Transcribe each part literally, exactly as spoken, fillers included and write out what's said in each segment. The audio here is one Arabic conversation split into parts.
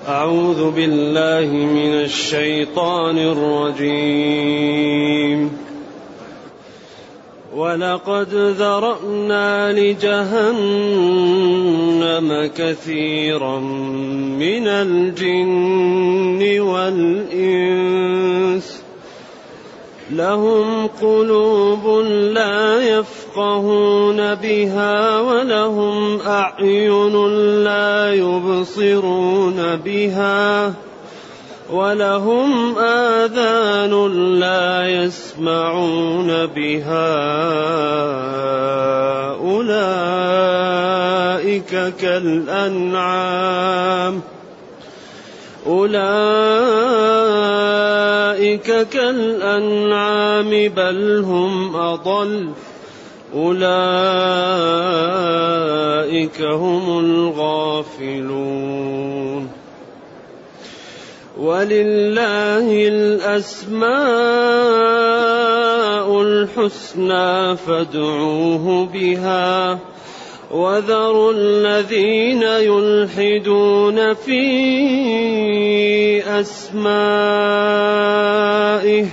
أعوذ بالله من الشيطان الرجيم. ولقد ذرأنا لجهنم كثيرا من الجن والإنس لهم قلوب لا يفقهون بها ولهم أعين لا يبصرون بها ولهم آذان لا يسمعون بها أولئك كالأنعام أولئك كالأنعام بل هم أضل أولئك هم الغافلون. ولله الأسماء الحسنى فادعوه بها وذروا الذين يلحدون في أسمائه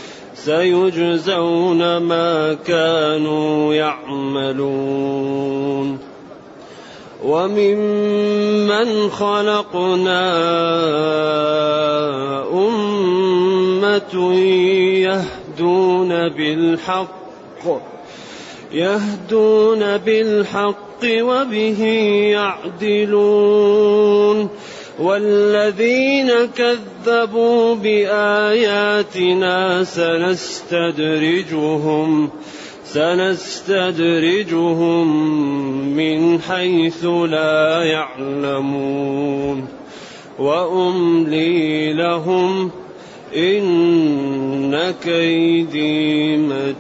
سيجزون ما كانوا يعملون. وممن خلقنا أمة يهدون بالحق يهدون بالحق وبه يعدلون والذين كذبوا بآياتنا سنستدرجهم سنستدرجهم من حيث لا يعلمون وأملي لهم إن كيدي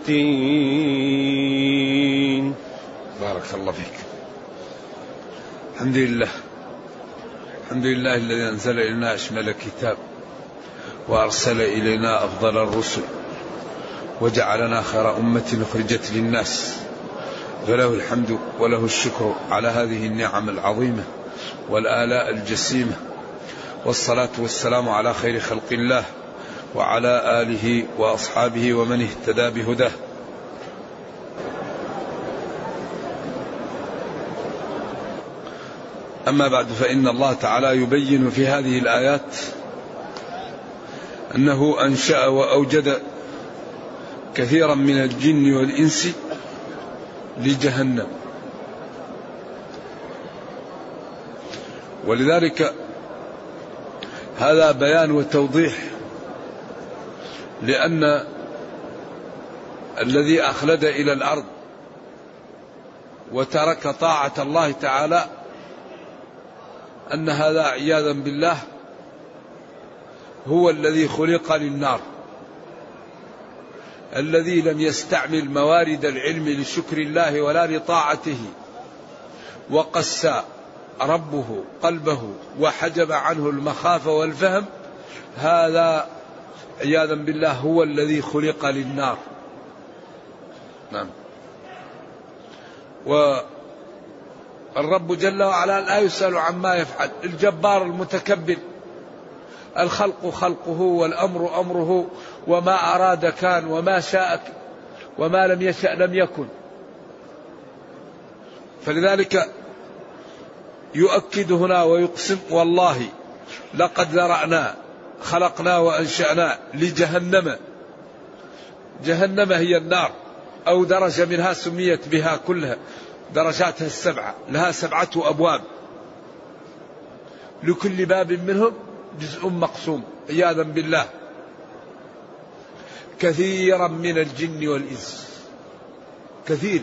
متين. بارك الله فيك. الحمد لله الحمد لله الذي أنزل إلينا أشمل كتاب وأرسل إلينا أفضل الرسل وجعلنا خير أمة أخرجت للناس، فله الحمد وله الشكر على هذه النعم العظيمة والآلاء الجسيمة، والصلاة والسلام على خير خلق الله وعلى آله وأصحابه ومن اهتدى بهداه. أما بعد، فإن الله تعالى يبين في هذه الآيات أنه أنشأ وأوجد كثيرا من الجن والإنس لجهنم، ولذلك هذا بيان وتوضيح، لأن الذي أخلد إلى الأرض وترك طاعة الله تعالى أن هذا عياذا بالله هو الذي خلق للنار، الذي لم يستعمل موارد العلم لشكر الله ولا لطاعته، وقسى ربه قلبه وحجب عنه المخافة والفهم، هذا عياذا بالله هو الذي خلق للنار. نعم. والرب جل وعلا لا يسأل عما يفعل، الجبار المتكبر، الخلق خلقه والأمر أمره، وما أراد كان وما شاء وما لم يشأ لم يكن. فلذلك يؤكد هنا ويقسم: والله لقد ذرأنا، خلقنا وأنشأنا لجهنم. جهنم هي النار، أو درجة منها سميت بها كلها، درجاتها السبعة، لها سبعة أبواب، لكل باب منهم جزء مقسوم عياذا بالله. كثيرا من الجن والإنس، كثير.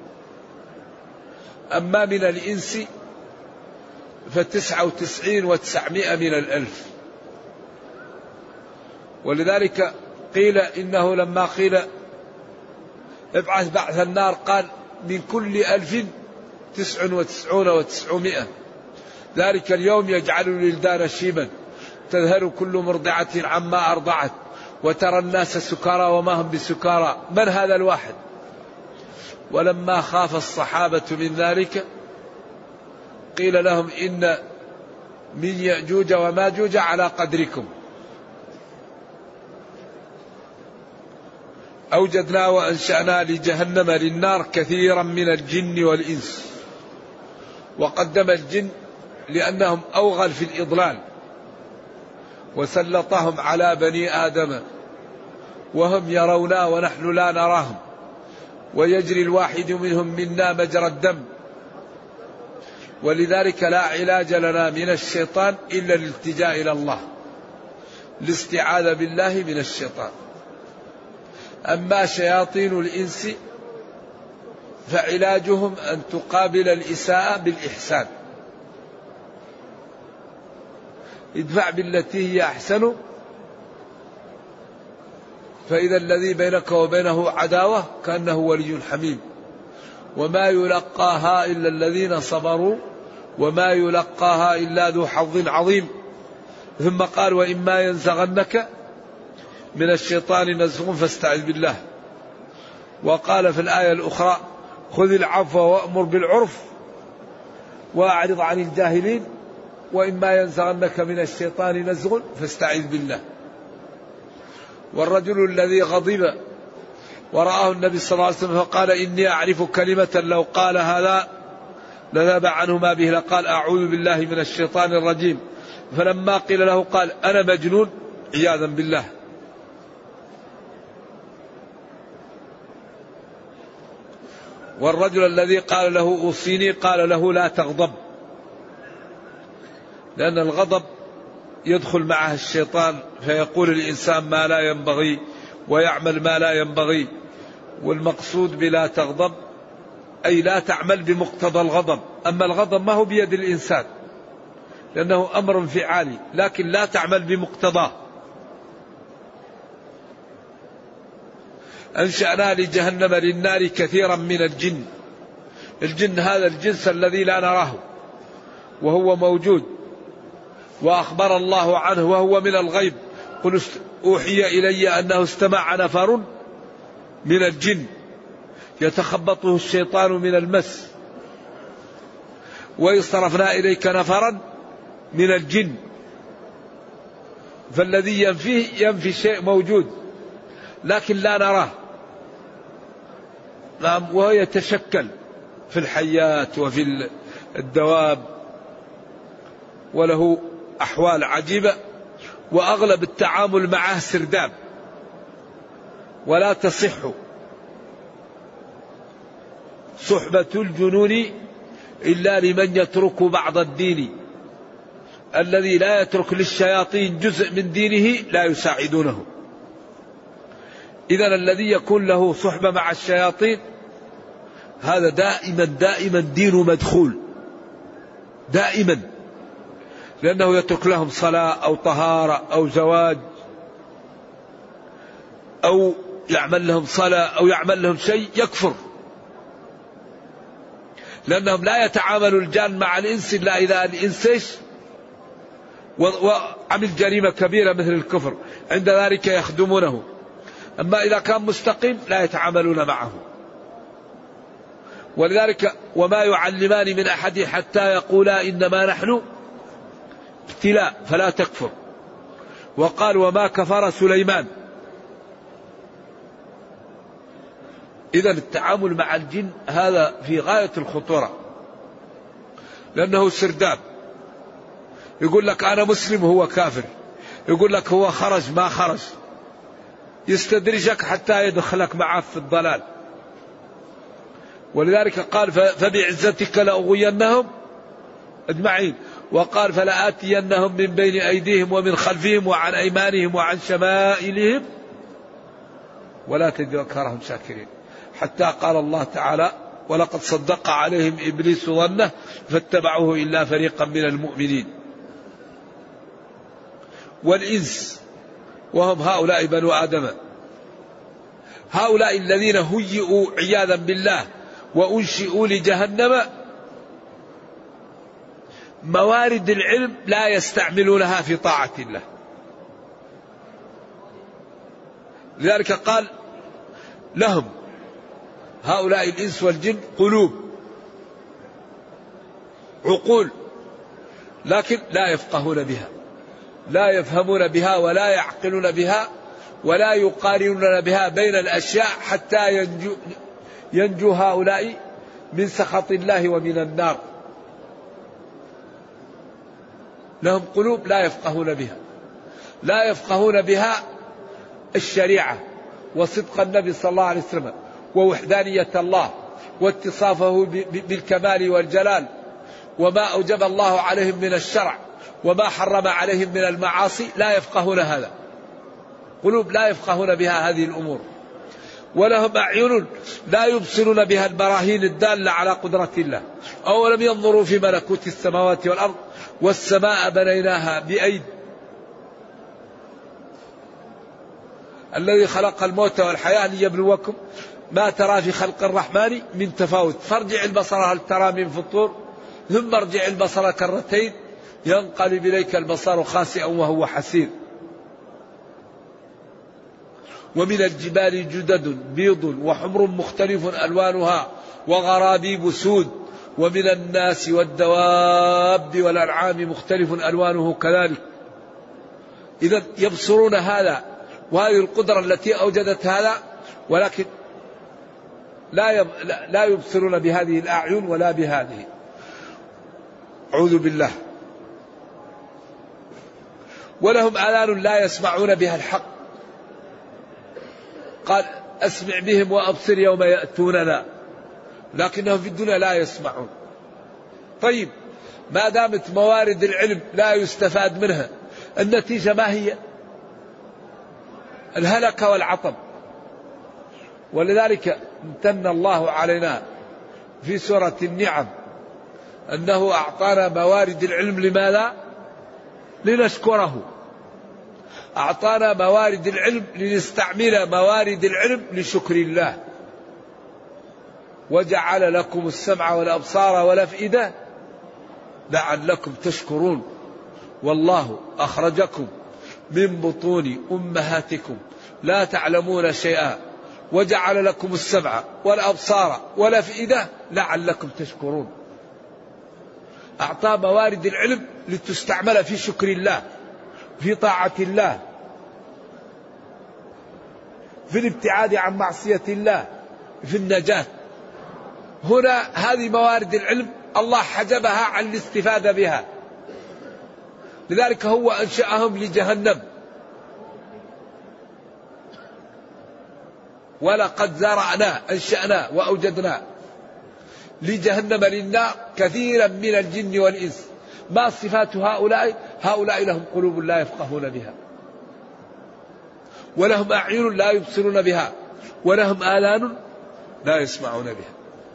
أما من الإنس فتسعة وتسعين وتسعمائة من الألف. ولذلك قيل إنه لما قيل ابعث بعث النار قال من كل ألف تسع وتسعون وتسعمائة. ذلك اليوم يجعل الولدان شيبا تذهل كل مرضعة عما أرضعت وترى الناس سكارى وما هم بسكارى. من هذا الواحد؟ ولما خاف الصحابة من ذلك قيل لهم إن من يأجوج وماجوج على قدركم. أوجدنا وأنشأنا لجهنم للنار كثيرا من الجن والإنس. وقدم الجن لأنهم أوغل في الإضلال، وسلطهم على بني آدم وهم يرونا ونحن لا نراهم، ويجري الواحد منهم منا مجرى الدم. ولذلك لا علاج لنا من الشيطان إلا الالتجاء إلى الله، الاستعاذة بالله من الشيطان. أما شياطين الإنس فعلاجهم أن تقابل الإساءة بالإحسان. ادفع بالتي هي أحسن فإذا الذي بينك وبينه عداوة كأنه ولي حميم. وما يلقاها إلا الذين صبروا وما يلقاها إلا ذو حظ عظيم. ثم قال وإما ينزغنك من الشيطان نزغ فاستعذ بالله. وقال في الآية الأخرى خذ العفو وأمر بالعرف وأعرض عن الجاهلين وإما ينزغنك من الشيطان نزغ فاستعذ بالله. والرجل الذي غضب ورآه النبي صلى الله عليه وسلم فقال إني أعرف كلمة لو قال هذا لذهب عنه ما به، لقال أعوذ بالله من الشيطان الرجيم. فلما قيل له قال أنا مجنون عياذا بالله. والرجل الذي قال له أوصيني قال له لا تغضب، لأن الغضب يدخل معه الشيطان فيقول الإنسان ما لا ينبغي ويعمل ما لا ينبغي. والمقصود بلا تغضب أي لا تعمل بمقتضى الغضب. أما الغضب ما هو بيد الإنسان لأنه أمر انفعالي، لكن لا تعمل بمقتضاه. أنشأنا لجهنم للنار كثيرا من الجن. الجن هذا الجنس الذي لا نراه وهو موجود، وأخبر الله عنه وهو من الغيب. قل أوحي إلي أنه استمع نفر من الجن يتخبطه الشيطان من المس وإذ صرفنا إليك نفرا من الجن. فالذي ينفيه ينفي شيء موجود لكن لا نراه، نعم، وهو يتشكل في الحيات وفي الدواب وله أحوال عجيبة. وأغلب التعامل معه سرداب ولا تصح. صحبة الجنون إلا لمن يترك بعض الدين، الذي لا يترك للشياطين جزء من دينه لا يساعدونه. إذن الذي يكون له صحبة مع الشياطين هذا دائما دائما دينه مدخول دائما، لأنه يترك لهم صلاة أو طهارة أو زواج أو يعمل لهم صلاة أو يعمل لهم شيء يكفر، لأنهم لا يتعامل الجان مع الإنس إلا إذا الإنس وعمل جريمة كبيرة مثل الكفر، عند ذلك يخدمونه. أما إذا كان مستقيم لا يتعاملون معه. ولذلك وما يعلمان من أحد حتى يقولا إنما نحن ابتلاء فلا تكفر. وقال وما كفر سليمان. إذن التعامل مع الجن هذا في غاية الخطورة، لأنه سرداب. يقول لك أنا مسلم هو كافر، يقول لك هو خرج ما خرج، يستدرجك حتى يدخلك معه في الضلال. ولذلك قال فبعزتك لأغوينهم أجمعين. وقال فلآتينهم من بين أيديهم ومن خلفهم وعن أيمانهم وعن شمائلهم ولا تجد أكثرهم شاكرين. حتى قال الله تعالى ولقد صدق عليهم إبليس ظنه فاتبعوه إلا فريقا من المؤمنين. والإنس وهم هؤلاء بنو آدم، هؤلاء الذين هيئوا عياذا بالله وأنشئوا لجهنم، موارد العلم لا يستعملونها في طاعة الله. لذلك قال لهم هؤلاء الإنس والجن قلوب عقول لكن لا يفقهون بها، لا يفهمون بها ولا يعقلون بها ولا يقارنون بها بين الأشياء حتى ينجو, ينجو هؤلاء من سخط الله ومن النار. لهم قلوب لا يفقهون بها، لا يفقهون بها الشريعة وصدق النبي صلى الله عليه وسلم ووحدانية الله واتصافه بالكمال والجلال وما أوجب الله عليهم من الشرع وما حرم عليهم من المعاصي، لا يفقهون هذا. قلوب لا يفقهون بها هذه الأمور. ولهم أعين لا يبصرون بها البراهين الدالة على قدرة الله. أولم ينظروا في ملكوت السماوات والأرض والسماء بنيناها بأيد الذي خلق الموت والحياة ليبلوكم ما ترى في خلق الرحمن من تفاوت فارجع البصر هل ترى من فطور ثم ارجع البصر كرتين ينقلب إليك البصر خاسئا وهو حسير. ومن الجبال جدد بيض وحمر مختلف ألوانها وغرابيب سود ومن الناس والدواب والأنعام مختلف ألوانه كذلك. إذا يبصرون هذا وهذه القدرة التي أوجدت هذا، ولكن لا لا يبصرون بهذه الأعين ولا بهذه. أعوذ بالله. ولهم آذان لا يسمعون بها الحق، قال أسمع بهم وأبصر يوم يأتوننا، لكنهم في الدنيا لا يسمعون. طيب ما دامت موارد العلم لا يستفاد منها، النتيجة ما هي؟ الهلكة والعطب. ولذلك امتن الله علينا في سورة النعم أنه أعطانا موارد العلم. لماذا؟ لنشكره. أعطانا موارد العلم لنستعمل موارد العلم لشكر الله. وجعل لكم السمع والأبصار والأفئدة لعلكم تشكرون. والله أخرجكم من بطون أمهاتكم لا تعلمون شيئا وجعل لكم السمع والأبصار والأفئدة لعلكم تشكرون. أعطى موارد العلم لتستعمل في شكر الله، في طاعة الله، في الابتعاد عن معصية الله، في النجاة. هنا هذه موارد العلم الله حجبها عن الاستفادة بها، لذلك هو أنشأهم لجهنم. ولقد زرعنا أنشأنا وأوجدنا لجهنم للنار كثيرا من الجن والإنس. ما صفات هؤلاء؟ هؤلاء لهم قلوب لا يفقهون بها، ولهم أعين لا يبصرون بها، ولهم آذان لا يسمعون بها.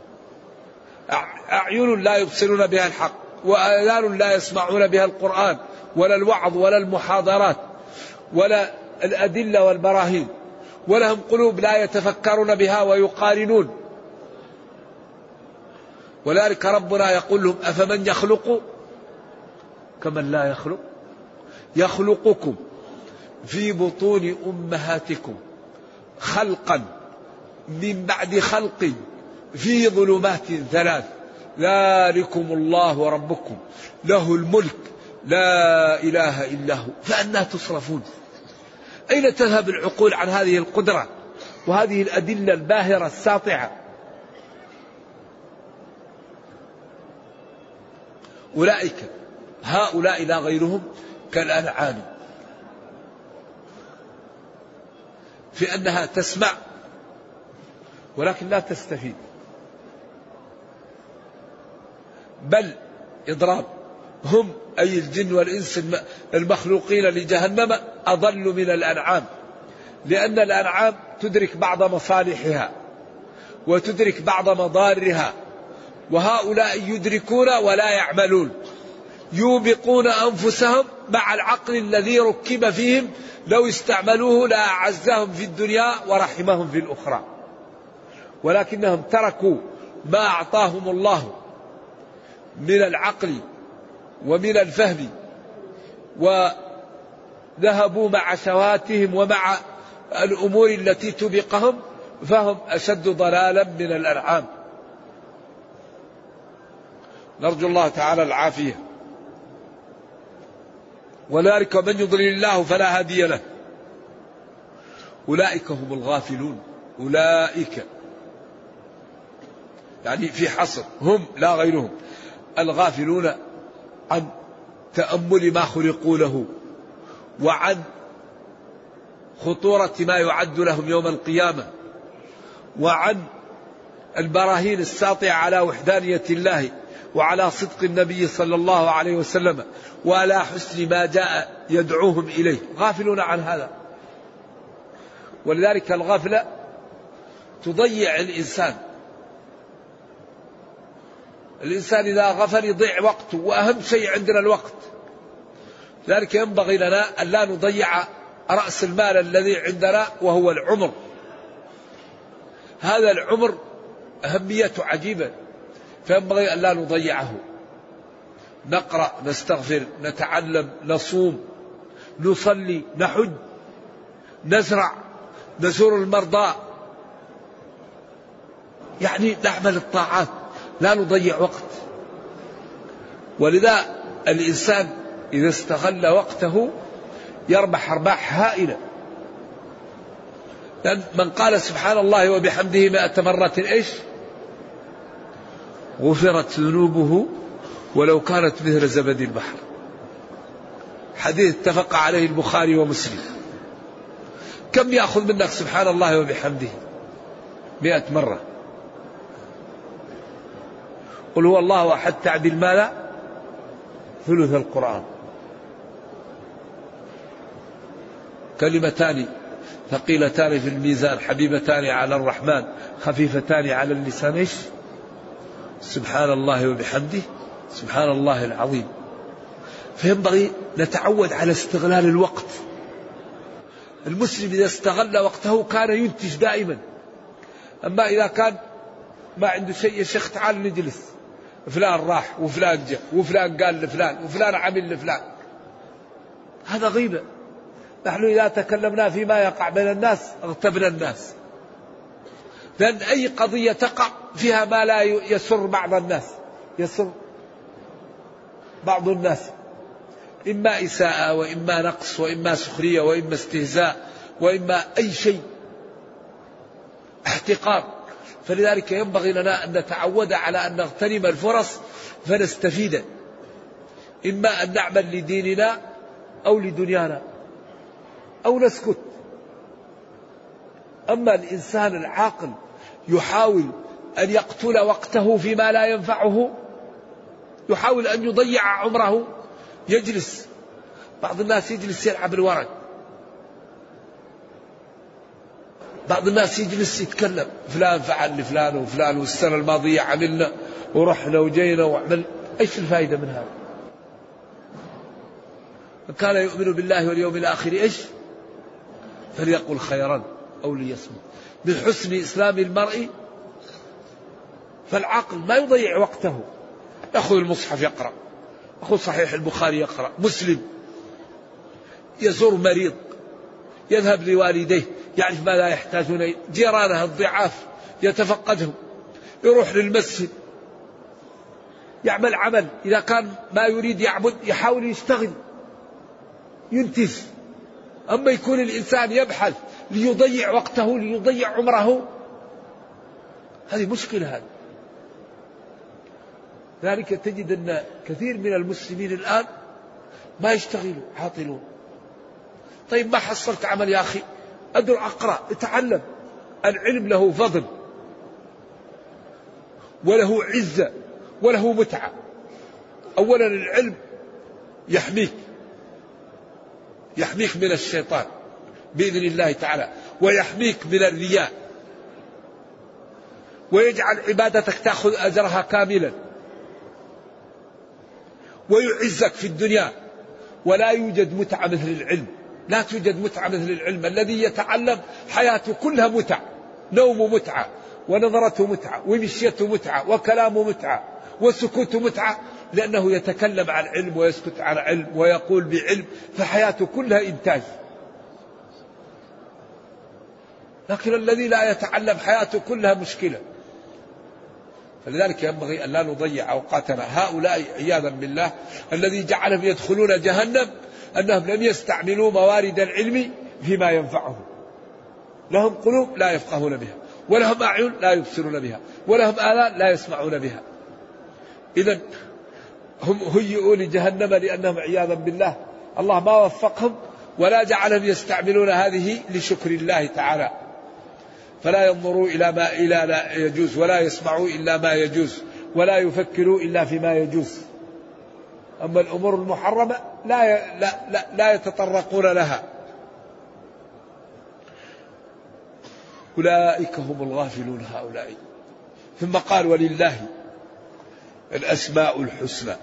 أعين لا يبصرون بها الحق، وآذان لا يسمعون بها القرآن ولا الوعظ ولا المحاضرات ولا الأدلة والبراهين. ولهم قلوب لا يتفكرون بها ويقارنون. ولذلك ربنا يقول لهم أفمن يخلق كمن لا يخلق، يخلقكم في بطون أمهاتكم خلقا من بعد خلق في ظلمات ثلاث ذلكم الله ربكم له الملك لا إله إلا هو فأنى تصرفون. أين تذهب العقول عن هذه القدرة وهذه الأدلة الباهرة الساطعة؟ أولئك هؤلاء لا غيرهم كالأنعام في أنها تسمع ولكن لا تستفيد، بل إضراب. هم أي الجن والإنس المخلوقين لجهنم أضل من الأنعام، لأن الأنعام تدرك بعض مصالحها وتدرك بعض مضارها، وهؤلاء يدركون ولا يعملون، يوبقون أنفسهم مع العقل الذي ركب فيهم، لو استعملوه لأعزهم في الدنيا ورحمهم في الأخرى، ولكنهم تركوا ما أعطاهم الله من العقل ومن الفهم وذهبوا مع شهواتهم ومع الأمور التي تبقهم، فهم أشد ضلالا من الأنعام. نرجو الله تعالى العافية. ولذلك من يضلل الله فلا هادي له. أولئك هم الغافلون، أولئك يعني في حصر، هم لا غيرهم، الغافلون عن تأمل ما خلقوا له وعن خطورة ما يعد لهم يوم القيامة وعن البراهين الساطعة على وحدانية الله وعلى صدق النبي صلى الله عليه وسلم وعلى حسن ما جاء يدعوهم إليه، غافلون عن هذا. ولذلك الغفلة تضيع الإنسان. الإنسان إذا غفل يضيع وقته، وأهم شيء عندنا الوقت. لذلك ينبغي لنا أن لا نضيع رأس المال الذي عندنا وهو العمر. هذا العمر أهميته عجيبة، فينبغي أن لا نضيعه. نقرأ، نستغفر، نتعلم، نصوم، نصلي، نحج، نزرع، نزور المرضى، يعني نعمل الطاعات، لا نضيع وقت. ولذا الإنسان إذا استغل وقته يربح أرباح هائلة. لأن من قال سبحان الله وبحمده مائة مرة إيش؟ غفرت ذنوبه ولو كانت مثل زبد البحر. حديث اتفق عليه البخاري ومسلم. كم يأخذ منك سبحان الله وبحمده؟ مئة مرة. قل هو الله أحد تعدل ماذا؟ ثلث القرآن. كلمتان ثقيلتان في الميزان حبيبتان على الرحمن خفيفتان على اللسان إيش؟ سبحان الله وبحمده سبحان الله العظيم. فينبغي نتعود على استغلال الوقت. المسلم إذا استغل وقته كان ينتج دائما. أما إذا كان ما عنده شيء، يا شيخ تعال نجلس، فلان راح وفلان جاء وفلان قال لفلان وفلان عمل لفلان، هذا غيبة. نحن إذا تكلمنا فيما يقع بين الناس اغتبنا الناس، لأن أي قضية تقع فيها ما لا يسر بعض الناس، يسر بعض الناس، إما إساءة وإما نقص وإما سخرية وإما استهزاء وإما أي شيء احتقار. فلذلك ينبغي لنا أن نتعود على أن نغتنم الفرص فنستفيد، إما أن نعمل لديننا أو لدنيانا أو نسكت. أما الإنسان العاقل يحاول أن يقتل وقته فيما لا ينفعه، يحاول أن يضيع عمره، يجلس. بعض الناس يجلس يلعب الورق، بعض الناس يجلس يتكلم فلان فعل لفلان وفلان والسنة الماضية عملنا ورحنا وجينا وعمل. ايش الفائدة من هذا؟ من كان يؤمن بالله واليوم الآخر ايش؟ فليقل خيرا أو ليصمت. من حسن إسلام المرء فالعاقل ما يضيع وقته، يأخذ المصحف يقرأ، يأخذ صحيح البخاري يقرأ، مسلم، يزور مريض، يذهب لوالديه يعرف ما لا يحتاجون، جيرانه الضعاف يتفقدهم، يروح للمسجد، يعمل عمل. إذا كان ما يريد يعبد يحاول يشتغل ينتج. أما يكون الإنسان يبحث ليضيع وقته ليضيع عمره، هذه مشكلة. هذه ذلك تجد أن كثير من المسلمين الآن ما يشتغلوا، عاطلون. طيب ما حصلت عمل يا أخي؟ أدر أقرأ، اتعلم. العلم له فضل وله عزة وله متعة. أولا العلم يحميك، يحميك من الشيطان بإذن الله تعالى، ويحميك من الرياء، ويجعل عبادتك تأخذ أجرها كاملا، ويعزك في الدنيا. ولا يوجد متعة مثل العلم، لا توجد متعة مثل العلم. الذي يتعلم حياته كلها متعة، نومه متعة، ونظرته متعة، ومشيته متعة، وكلامه متعة، وسكوته متعة، لأنه يتكلم عن علم ويسكت عن علم ويقول بعلم، فحياته كلها إنتاج. لكن الذي لا يتعلم حياته كلها مشكلة. فلذلك ينبغي أن لا نضيع أوقاتنا. هؤلاء عياذا بالله الذي جعلهم يدخلون جهنم أنهم لم يستعملوا موارد العلم فيما ينفعهم. لهم قلوب لا يفقهون بها، ولهم أعين لا يبصرون بها، ولهم آذان لا يسمعون بها. إذن هم هيئوا لجهنم لأنهم عياذا بالله الله ما وفقهم ولا جعلهم يستعملون هذه لشكر الله تعالى. فلا ينظروا إلى ما إلى لا يجوز، ولا يسمعوا إلا ما يجوز، ولا يفكروا إلا فيما يجوز. أما الأمور المحرمة لا لا لا, لا يتطرقون لها. أولئك هم الغافلون هؤلاء. ثم قال ولله الأسماء الحسنى.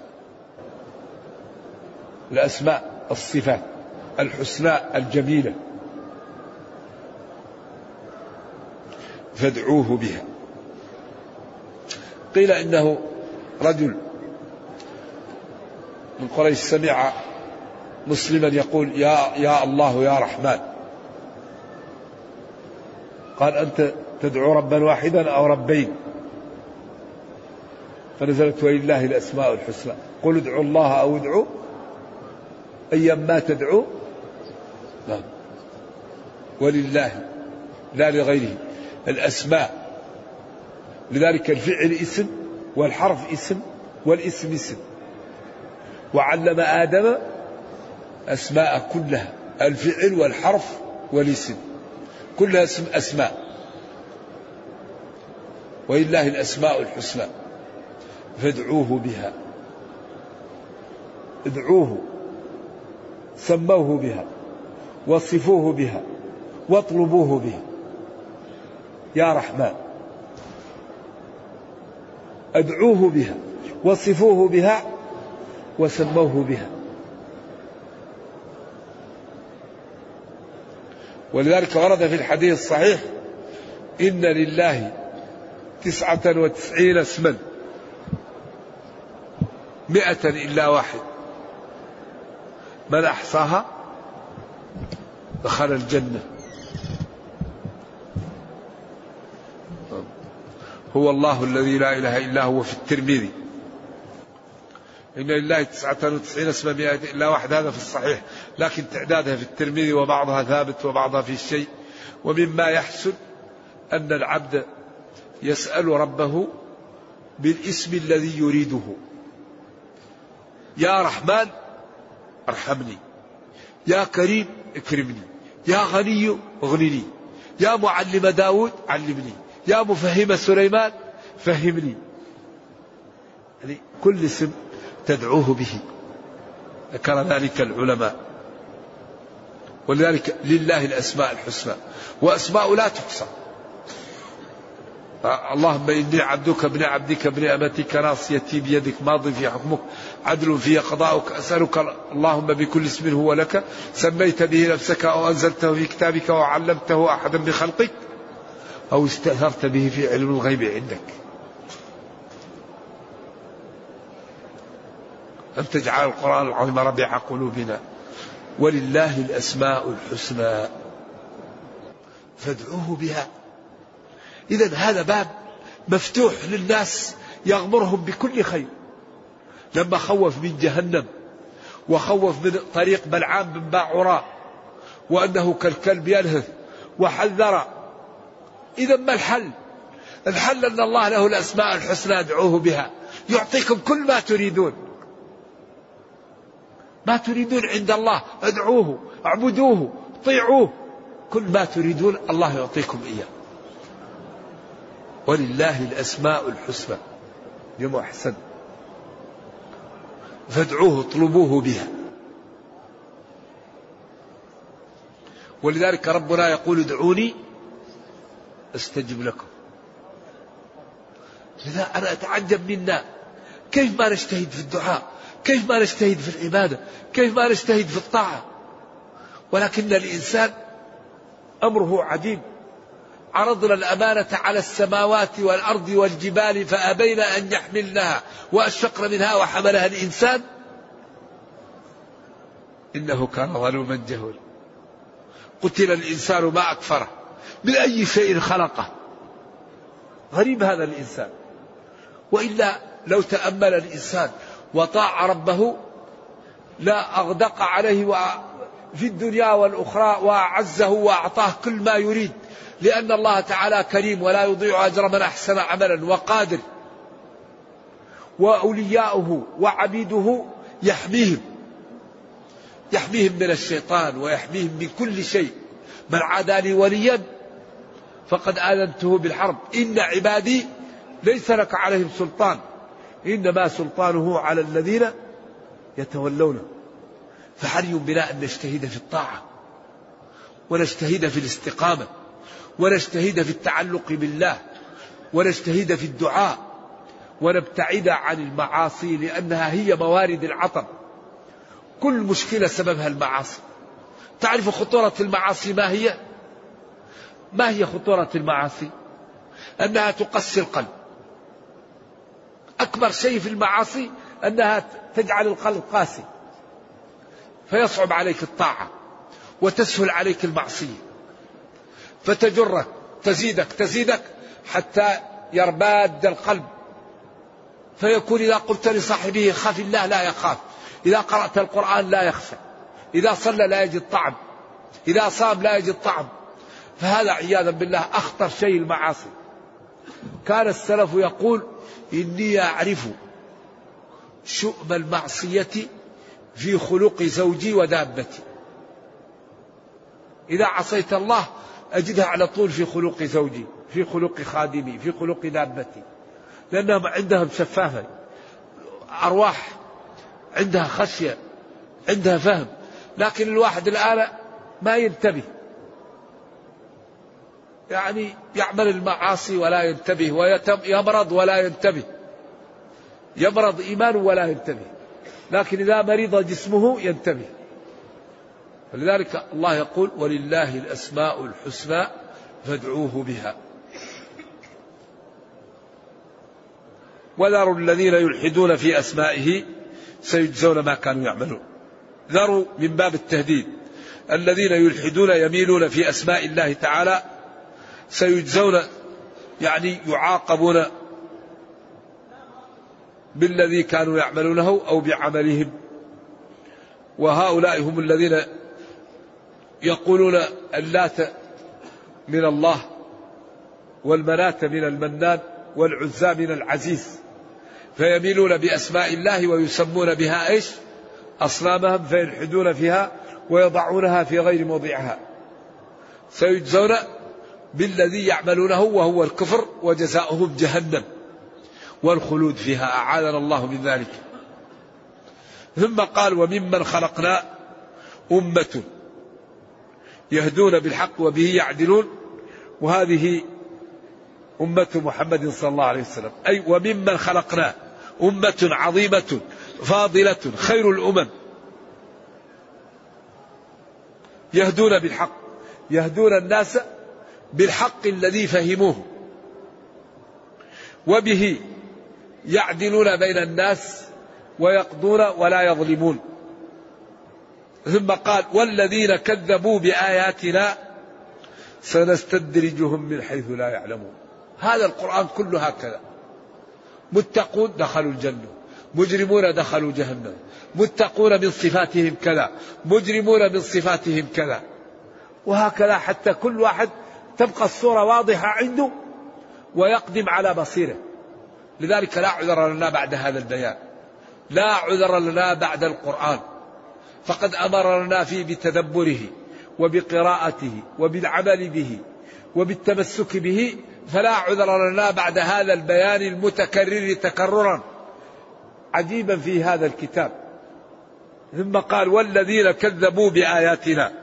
الأسماء الصفات الحسنى الجميلة فادعوه بها. قيل إنه رجل من قريش سمع مسلما يقول يا يا الله يا رحمن، قال أنت تدعو ربا واحدا أو ربين؟ فنزلت ولله الأسماء الحسنى قل ادعوا الله أو ادعوا أيما تدعو نعم ولله لا لغيره الأسماء. لذلك الفعل اسم والحرف اسم والاسم اسم. وعلم آدم أسماء كلها، الفعل والحرف والاسم كلها اسم أسماء. ولله الأسماء الحسنى فادعوه بها. ادعوه سموه بها وصفوه بها واطلبوه بها. يا رحمن ادعوه بها وصفوه بها وسموه بها. ولذلك ورد في الحديث الصحيح إن لله تسعة وتسعين اسما مئة إلا واحد من أحصاها دخل الجنة. هو الله الذي لا إله إلا هو في الترمذي إن لله تسعة وتسعين اسما مئة إلا واحد، هذا في الصحيح، لكن تعدادها في الترمذي وبعضها ثابت وبعضها في شيء. ومما يحسن أن العبد يسأل ربه بالاسم الذي يريده. يا رحمن ارحمني، يا كريم اكرمني، يا غني اغنني، يا معلم داود علمني، يا مفهم سليمان فهمني. يعني كل اسم تدعوه به، ذكر ذلك العلماء. ولذلك لله الأسماء الحسنى، وأسماء لا تحصى. اللهم إني عبدك ابن عبدك ابن أمتك ناصيتي بيدك ماض في حكمك عدل في قضاؤك أسألك اللهم بكل اسم هو لك سميت به نفسك أو أنزلته في كتابك أو علمته أحدا من خلقك أو استأثرت به في علم الغيب عندك أن تجعل القرآن العظيم ربيع قلوبنا. ولله الأسماء الحسنى فادعوه بها. إذن هذا باب مفتوح للناس يغمرهم بكل خير. لما خوف من جهنم وخوف من طريق بلعام بن باعوراء وأنه كالكلب يلهث وحذر، إذا ما الحل؟ الحل أن الله له الأسماء الحسنى ادعوه بها يعطيكم كل ما تريدون. ما تريدون عند الله ادعوه اعبدوه طيعوه، كل ما تريدون الله يعطيكم إياه. ولله الأسماء الحسنى يوم أحسن فادعوه اطلبوه بها. ولذلك ربنا يقول ادعوني استجب لكم. لذا أنا أتعجب منا كيف ما نجتهد في الدعاء، كيف ما نجتهد في العبادة، كيف ما نجتهد في الطاعة، ولكن الإنسان أمره عجيب. عرضنا الأمانة على السماوات والأرض والجبال فأبين أن يحملنها وأشفقن منها وحملها الإنسان إنه كان ظلوما جهولا. قتل الإنسان ما أكفره من أي شيء خلقه. غريب هذا الإنسان. وإلا لو تأمل الإنسان وطاع ربه لا أغدق عليه في الدنيا والأخرى وأعزه وأعطاه كل ما يريد، لأن الله تعالى كريم ولا يضيع أجر من أحسن عملا وقادر. وأولياؤه وعبيده يحميهم يحميهم من الشيطان ويحميهم من كل شيء. من عادى لي وليا فقد آذنته بالحرب، إن عبادي ليس لك عليهم سلطان إنما سلطانه على الذين يتولونه. فحري بنا أن نجتهد في الطاعة ونجتهد في الاستقامة ونجتهد في التعلق بالله ونجتهد في الدعاء ونبتعد عن المعاصي، لأنها هي موارد العطب. كل مشكلة سببها المعاصي. تعرف خطورة المعاصي ما هي؟ ما هي خطورة المعاصي؟ أنها تقسي القلب. أكبر شيء في المعاصي أنها تجعل القلب قاسي، فيصعب عليك الطاعة وتسهل عليك المعصية، فتجرك تزيدك تزيدك حتى يرباد القلب، فيكون إذا قلت لصاحبه خاف الله لا يخاف، إذا قرأت القرآن لا يخشى، إذا صلى لا يجد طعم، إذا صام لا يجد طعم. فهذا عياذا بالله أخطر شيء المعاصي. كان السلف يقول إني أعرف شؤم المعصية في خلق زوجي ودابتي. إذا عصيت الله أجدها على طول في خلق زوجي، في خلق خادمي، في خلق دابتي، لأنهم عندهم شفافة، أرواح عندها خشية، عندها فهم. لكن الواحد الآن ما ينتبه، يعني يعمل المعاصي ولا ينتبه، ويمرض ولا ينتبه، يمرض إيمانه ولا ينتبه، لكن إذا مرض جسمه ينتبه. فلذلك الله يقول ولله الأسماء الحسنى فادعوه بها. وذروا الذين يلحدون في أسمائه سيجزون ما كانوا يعملون. ذروا من باب التهديد، الذين يلحدون يميلون في أسماء الله تعالى سيجزون، يعني يعاقبون بالذي كانوا يعملونه أو بعملهم. وهؤلاء هم الذين يقولون اللات من الله والمناة من المنان والعزى من العزيز، فيميلون بأسماء الله ويسمون بها إيش؟ أصنامهم، فيلحدون فيها ويضعونها في غير موضعها. سيجزون بالذي يعملونه وهو الكفر، وجزاؤهم جهنم والخلود فيها، أعاذنا الله من ذلك. ثم قال وممن خلقنا أمة يهدون بالحق وبه يعدلون، وهذه أمة محمد صلى الله عليه وسلم. أي وممن خلقنا أمة عظيمة فاضلة خير الأمم يهدون بالحق، يهدون الناس بالحق الذي فهموه، وبه يعدلون بين الناس ويقضون ولا يظلمون. ثم قال والذين كذبوا بآياتنا سنستدرجهم من حيث لا يعلمون. هذا القرآن كله هكذا. متقون دخلوا الجنة، مجرمون دخلوا جهنم، متقون من صفاتهم كذا، مجرمون من صفاتهم كذا، وهكذا حتى كل واحد تبقى الصورة واضحة عنده ويقدم على بصيره. لذلك لا عذر لنا بعد هذا البيان، لا عذر لنا بعد القرآن، فقد أمرنا فيه بتدبره وبقراءته وبالعمل به وبالتمسك به، فلا عذر لنا بعد هذا البيان المتكرر تكررا عجيبا في هذا الكتاب. ثم قال والذين كذبوا بآياتنا.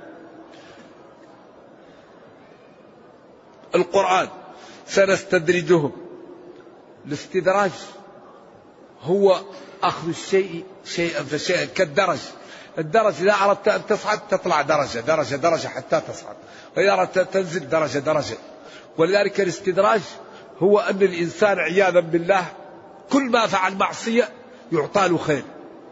القرآن سنستدرجهم. الاستدراج هو أخذ الشيء شيئا فشيئا كالدرج. الدرج إذا أردت أن تصعد تطلع درجة درجة درجة حتى تصعد، وإذا أردت تنزل درجة درجة. ولذلك الاستدراج هو أن الإنسان عياذا بالله كل ما فعل معصية يعطى له خير،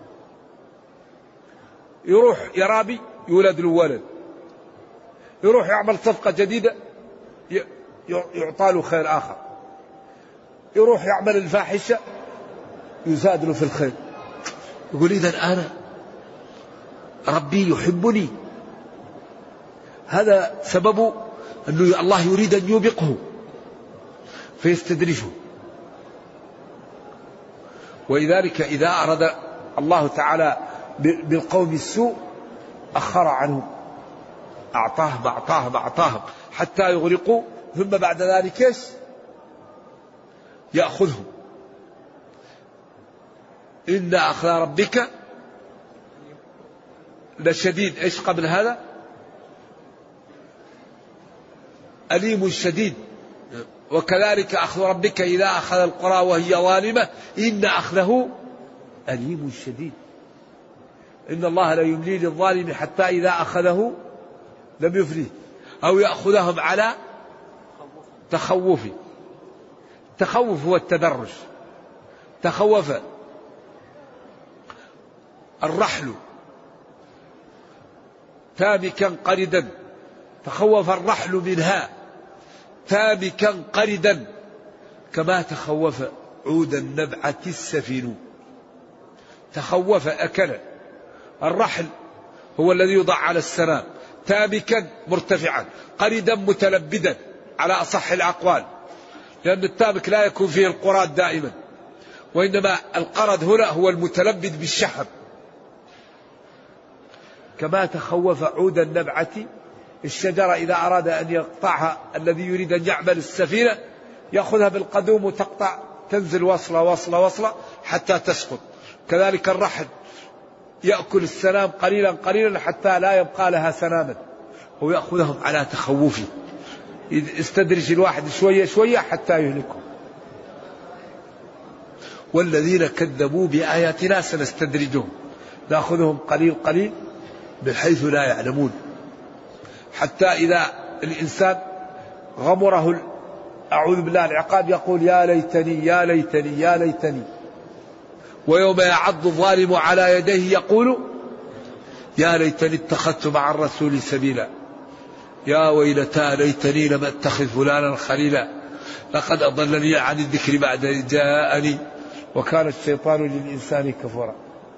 يروح يرابي يولد له ولد، يروح يعمل صفقة جديدة يعطى له خير آخر، يروح يعمل الفاحشة يزاد له في الخير. يقول إذا أنا ربي يحبني. هذا سبب أنه الله يريد أن يوبقه فيستدرجه. ولذلك إذا أراد الله تعالى بالقوم السوء أخر عنهم، أعطاهم أعطاهم أعطاهم حتى يغرقوا، ثم بعد ذلك إيش؟ يأخذهم. إن أخذ ربك لشديد. إيش قبل هذا؟ أليم شديد. وكذلك أخذ ربك إذا أخذ القرى وهي ظالمة إن أخذه أليم شديد. إن الله لا يملي للظالم حتى إذا أخذه لم يفلته، أو يأخذهم على تخوف. تخوف هو التدرج. تخوف الرحل تامكا قردا، تخوف الرحل منها تامكا قردا، كما تخوف عود النبعة السفين. تخوف أكل. الرحل هو الذي يوضع على السنام، تامكا مرتفعا، قردا متلبدا على أصح الأقوال، لأن التامك لا يكون فيه القراد دائما، وإنما القرد هنا هو المتلبد بالشحم. كما تخوف عود النبعة، الشجرة إذا أراد أن يقطعها الذي يريد أن يعمل السفينة يأخذها بالقدوم وتقطع، تنزل وصلة وصلة وصلة حتى تسقط. كذلك الرحل يأكل السنام قليلا قليلا حتى لا يبقى لها سناما، ويأخذهم على تخوفه، يستدرج الواحد شوية شوية حتى يهلكهم. والذين كذبوا بآياتنا سنستدرجهم، نأخذهم قليل قليل من حيث لا يعلمون، حتى إذا الإنسان غمره أعوذ بالله العقاب يقول يا ليتني يا ليتني يا ليتني. ويوم يعض الظالم على يديه يقول يا ليتني اتخذت مع الرسول سبيلا، يا ويلتى ليتني لم اتخذ فلانا خليلا، لقد أضلني عن الذكر بعد إذ جاءني وكان الشيطان للإنسان كفورا.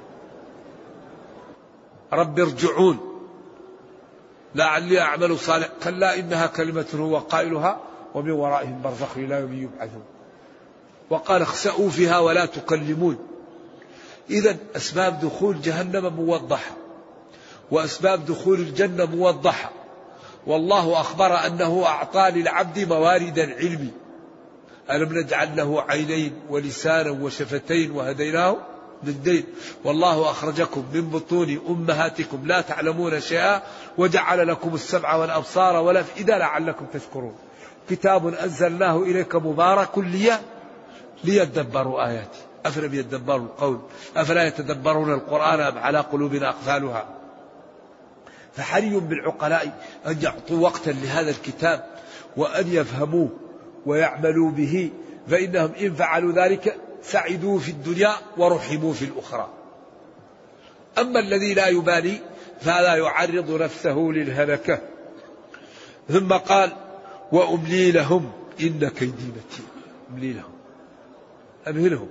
رب ارجعون لعلي أعمل صالح، كلا إنها كلمة هو قائلها ومن ورائهم برزخ إلى يوم يبعثون. وقال اخسأوا فيها ولا تكلمون. إذن أسباب دخول جهنم موضحة، وأسباب دخول الجنة موضحة. والله أخبر أنه أعطى للعبد موارد العلم. ألم نجعل له عينين ولسانا وشفتين وهديناه النجدين. والله أخرجكم من بطون أمهاتكم لا تعلمون شيئا وجعل لكم السمع والأبصار والأفئدة لعلكم تشكرون. كتاب أنزلناه إليك مبارك لي ليدبروا آياتي أفلم يدبروا القول أفلا يتدبرون القرآن أم على قلوب أقفالها. فحري بالعقلاء أن يعطوا وقتا لهذا الكتاب وأن يفهموه ويعملوا به، فإنهم إن فعلوا ذلك سعدوا في الدنيا ورحموا في الأخرى. أما الذي لا يبالي فلا يعرض نفسه للهلكة. ثم قال وأملي لهم إن كيدي متين. أملي لهم، أمهلهم،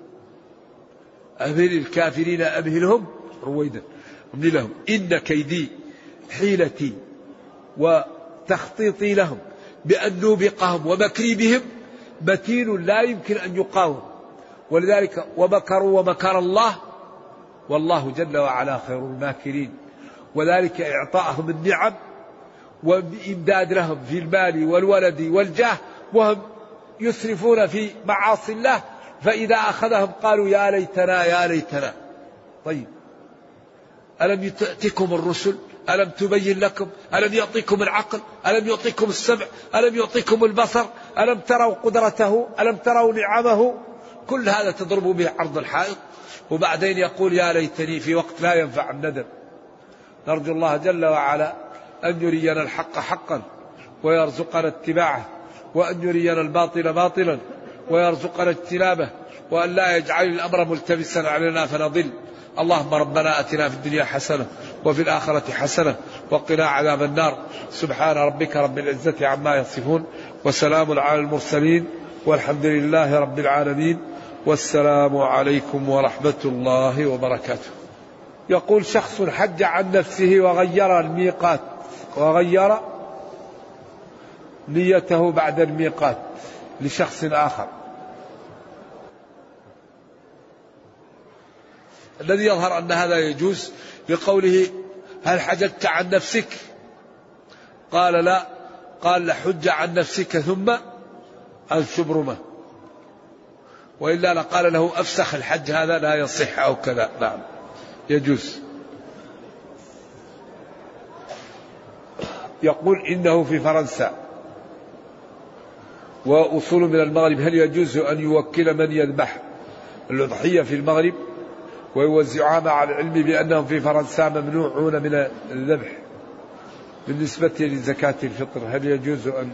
أمهل الكافرين أمهلهم رويدا. أملي لهم إن كيدي، حيلتي وتخطيطي لهم بأن نوبقهم ومكري بهم متين لا يمكن أن يقاوم. ولذلك ومكروا ومكر الله والله جل وعلا خير الماكرين. وذلك إعطاءهم النعم وإمداد لهم في المال والولد والجاه وهم يسرفون في معاصي الله، فإذا أخذهم قالوا يا ليتنا يا ليتنا. طيب ألم تأتكم الرسل؟ ألم تبين لكم؟ ألم يعطيكم العقل؟ ألم يعطيكم السمع؟ ألم يعطيكم البصر؟ ألم تروا قدرته؟ ألم تروا نعمه؟ كل هذا تضرب به عرض الحائط، وبعدين يقول يا ليتني في وقت لا ينفع الندم. نرجو الله جل وعلا أن يرينا الحق حقا ويرزقنا اتباعه، وأن يرينا الباطل باطلا ويرزقنا اجتنابه، وأن لا يجعل الأمر ملتبسا علينا فنضل. اللهم ربنا أتنا في الدنيا حسنة وفي الآخرة حسنة وقنا عذاب النار. سبحان ربك رب العزة عما يصفون وسلام على المرسلين والحمد لله رب العالمين. والسلام عليكم ورحمة الله وبركاته. يقول شخص حج عن نفسه وغير الميقات وغير نيته بعد الميقات لشخص آخر. الذي يظهر أن هذا يجوز لقوله هل حججت عن نفسك؟ قال لا، قال لحج عن نفسك ثم عن شبرمة، وإلا لقال له أفسخ الحج هذا لا يصح أو كذا. نعم يجوز. يقول إنه في فرنسا وأصول من المغرب، هل يجوز أن يوكل من يذبح الأضحية في المغرب ويوزعها مع العلم بأنهم في فرنسا ممنوعون من الذبح بالنسبة لزكاة الفطر؟ هل يجوز أن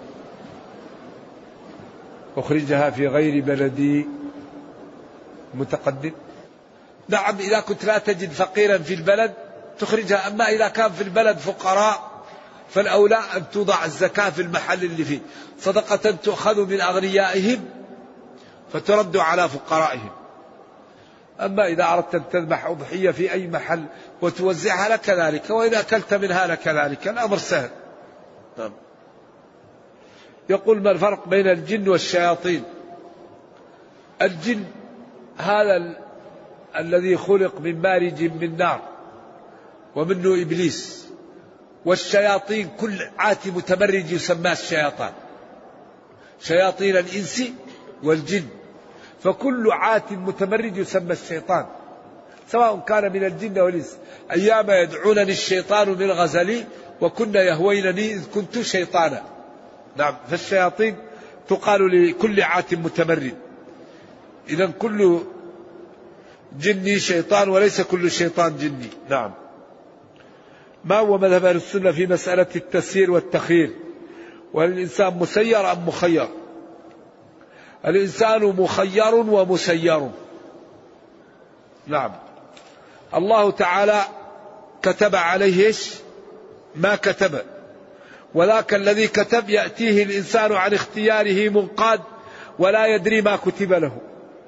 أخرجها في غير بلدي متقدم؟ نعم، إذا كنت لا تجد فقيرا في البلد تخرجها، أما إذا كان في البلد فقراء فالأولى أن توضع الزكاة في المحل اللي فيه، صدقة تؤخذ من أغنيائهم فترد على فقرائهم. أما إذا أردت أن تذبح أضحية في أي محل وتوزعها لك ذلك، وإذا أكلت منها لك ذلك، الأمر سهل. نعم. يقول ما الفرق بين الجن والشياطين؟ الجن هذا ال... الذي خلق من مارج من نار ومنه إبليس، والشياطين كل عاتي متمرد يسمى الشياطان، شياطين الإنس والجن، فكل عات متمرد يسمى الشيطان سواء كان من الجن والإنس. أيام يدعونني الشيطان من غزلي وكنا يهوينني إذ كنت شيطانا. نعم، فالشياطين تقال لكل عات متمرد. إذن كل جني شيطان وليس كل شيطان جني. نعم. ما هو مذهب أهل السنة في مسألة التسيير والتخيير؟ وهل الإنسان مسير أم مخير؟ الإنسان مخير ومسير. نعم. الله تعالى كتب عليه إيش؟ ما كتب، وذاك الذي كتب يأتيه الإنسان عن اختياره منقاد ولا يدري ما كتب له،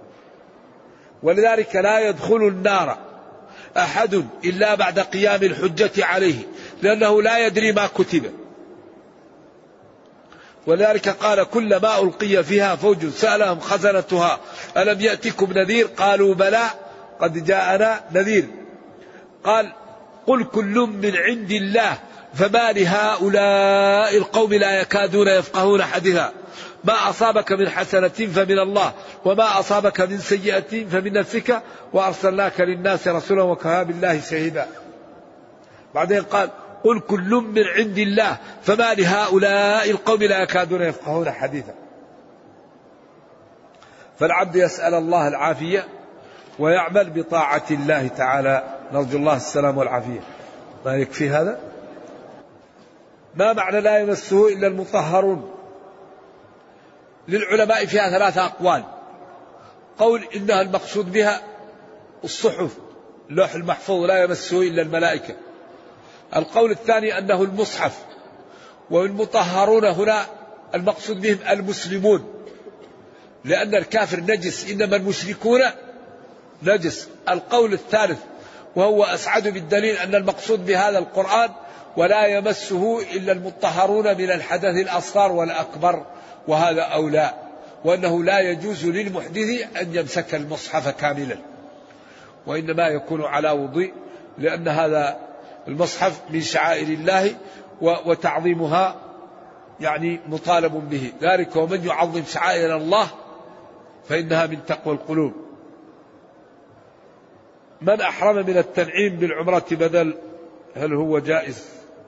ولذلك لا يدخل النار أحد إلا بعد قيام الحجة عليه، لأنه لا يدري ما كتب. ولذلك قال كلما ألقي فيها فوج سألهم خزنتها ألم يأتكم نذير قالوا بلى قد جاءنا نذير. قال قل كل من عند الله فما لهؤلاء القوم لا يكادون يفقهون حديثا ما أصابك من حسنة فمن الله وما أصابك من سيئة فمن نفسك وأرسلناك للناس رسولا وكفى بالله شهيدا. بعدين قال قل كل من عند الله فما لهؤلاء القوم لا يكادون يفقهون حديثا. فالعبد يسأل الله العافية ويعمل بطاعة الله تعالى، نرجو الله السلام والعافية. ما يكفي هذا؟ ما معنى لا يمسه إلا المطهرون؟ للعلماء فيها ثلاثة أقوال. قول إنها المقصود بها الصحف، اللوح المحفوظ لا يمسه إلا الملائكة. القول الثاني أنه المصحف، والمطهرون هنا المقصود بهم المسلمون، لأن الكافر نجس إنما المشركون نجس. القول الثالث وهو أسعد بالدليل أن المقصود بهذا القرآن ولا يمسه إلا المطهرون من الحدث الأصغر والأكبر، وهذا أولى، وأنه لا يجوز للمحدث أن يمسك المصحف كاملا، وإنما يكون على وضوء، لأن هذا المصحف من شعائر الله وتعظيمها يعني مطالب به. ذلك ومن يعظم شعائر الله فإنها من تقوى القلوب. من أحرم من التنعيم بالعمرة بدل، هل هو جائز؟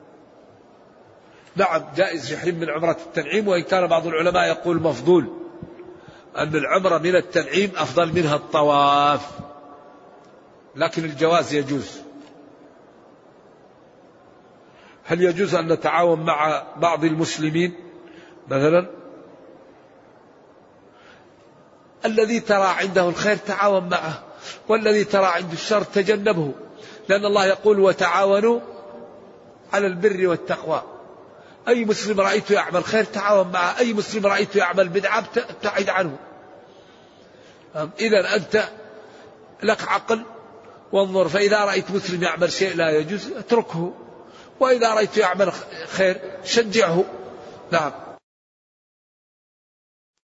نعم جائز يحرم من عمرة التنعيم، وإن كان بعض العلماء يقول مفضول، أن العمرة من التنعيم أفضل منها الطواف، لكن الجواز يجوز. هل يجوز أن نتعاون مع بعض المسلمين مثلا؟ الذي ترى عنده الخير تعاون معه، والذي ترى عنده الشر تجنبه، لأن الله يقول وتعاونوا على البر والتقوى. أي مسلم رأيته يعمل خير تعاون معه، أي مسلم رأيته يعمل بدعة ابتعد عنه. إذا أنت لك عقل وانظر، فإذا رأيت مسلم يعمل شيء لا يجوز اتركه، وإذا رأيت يعمل خير شجعه. نعم.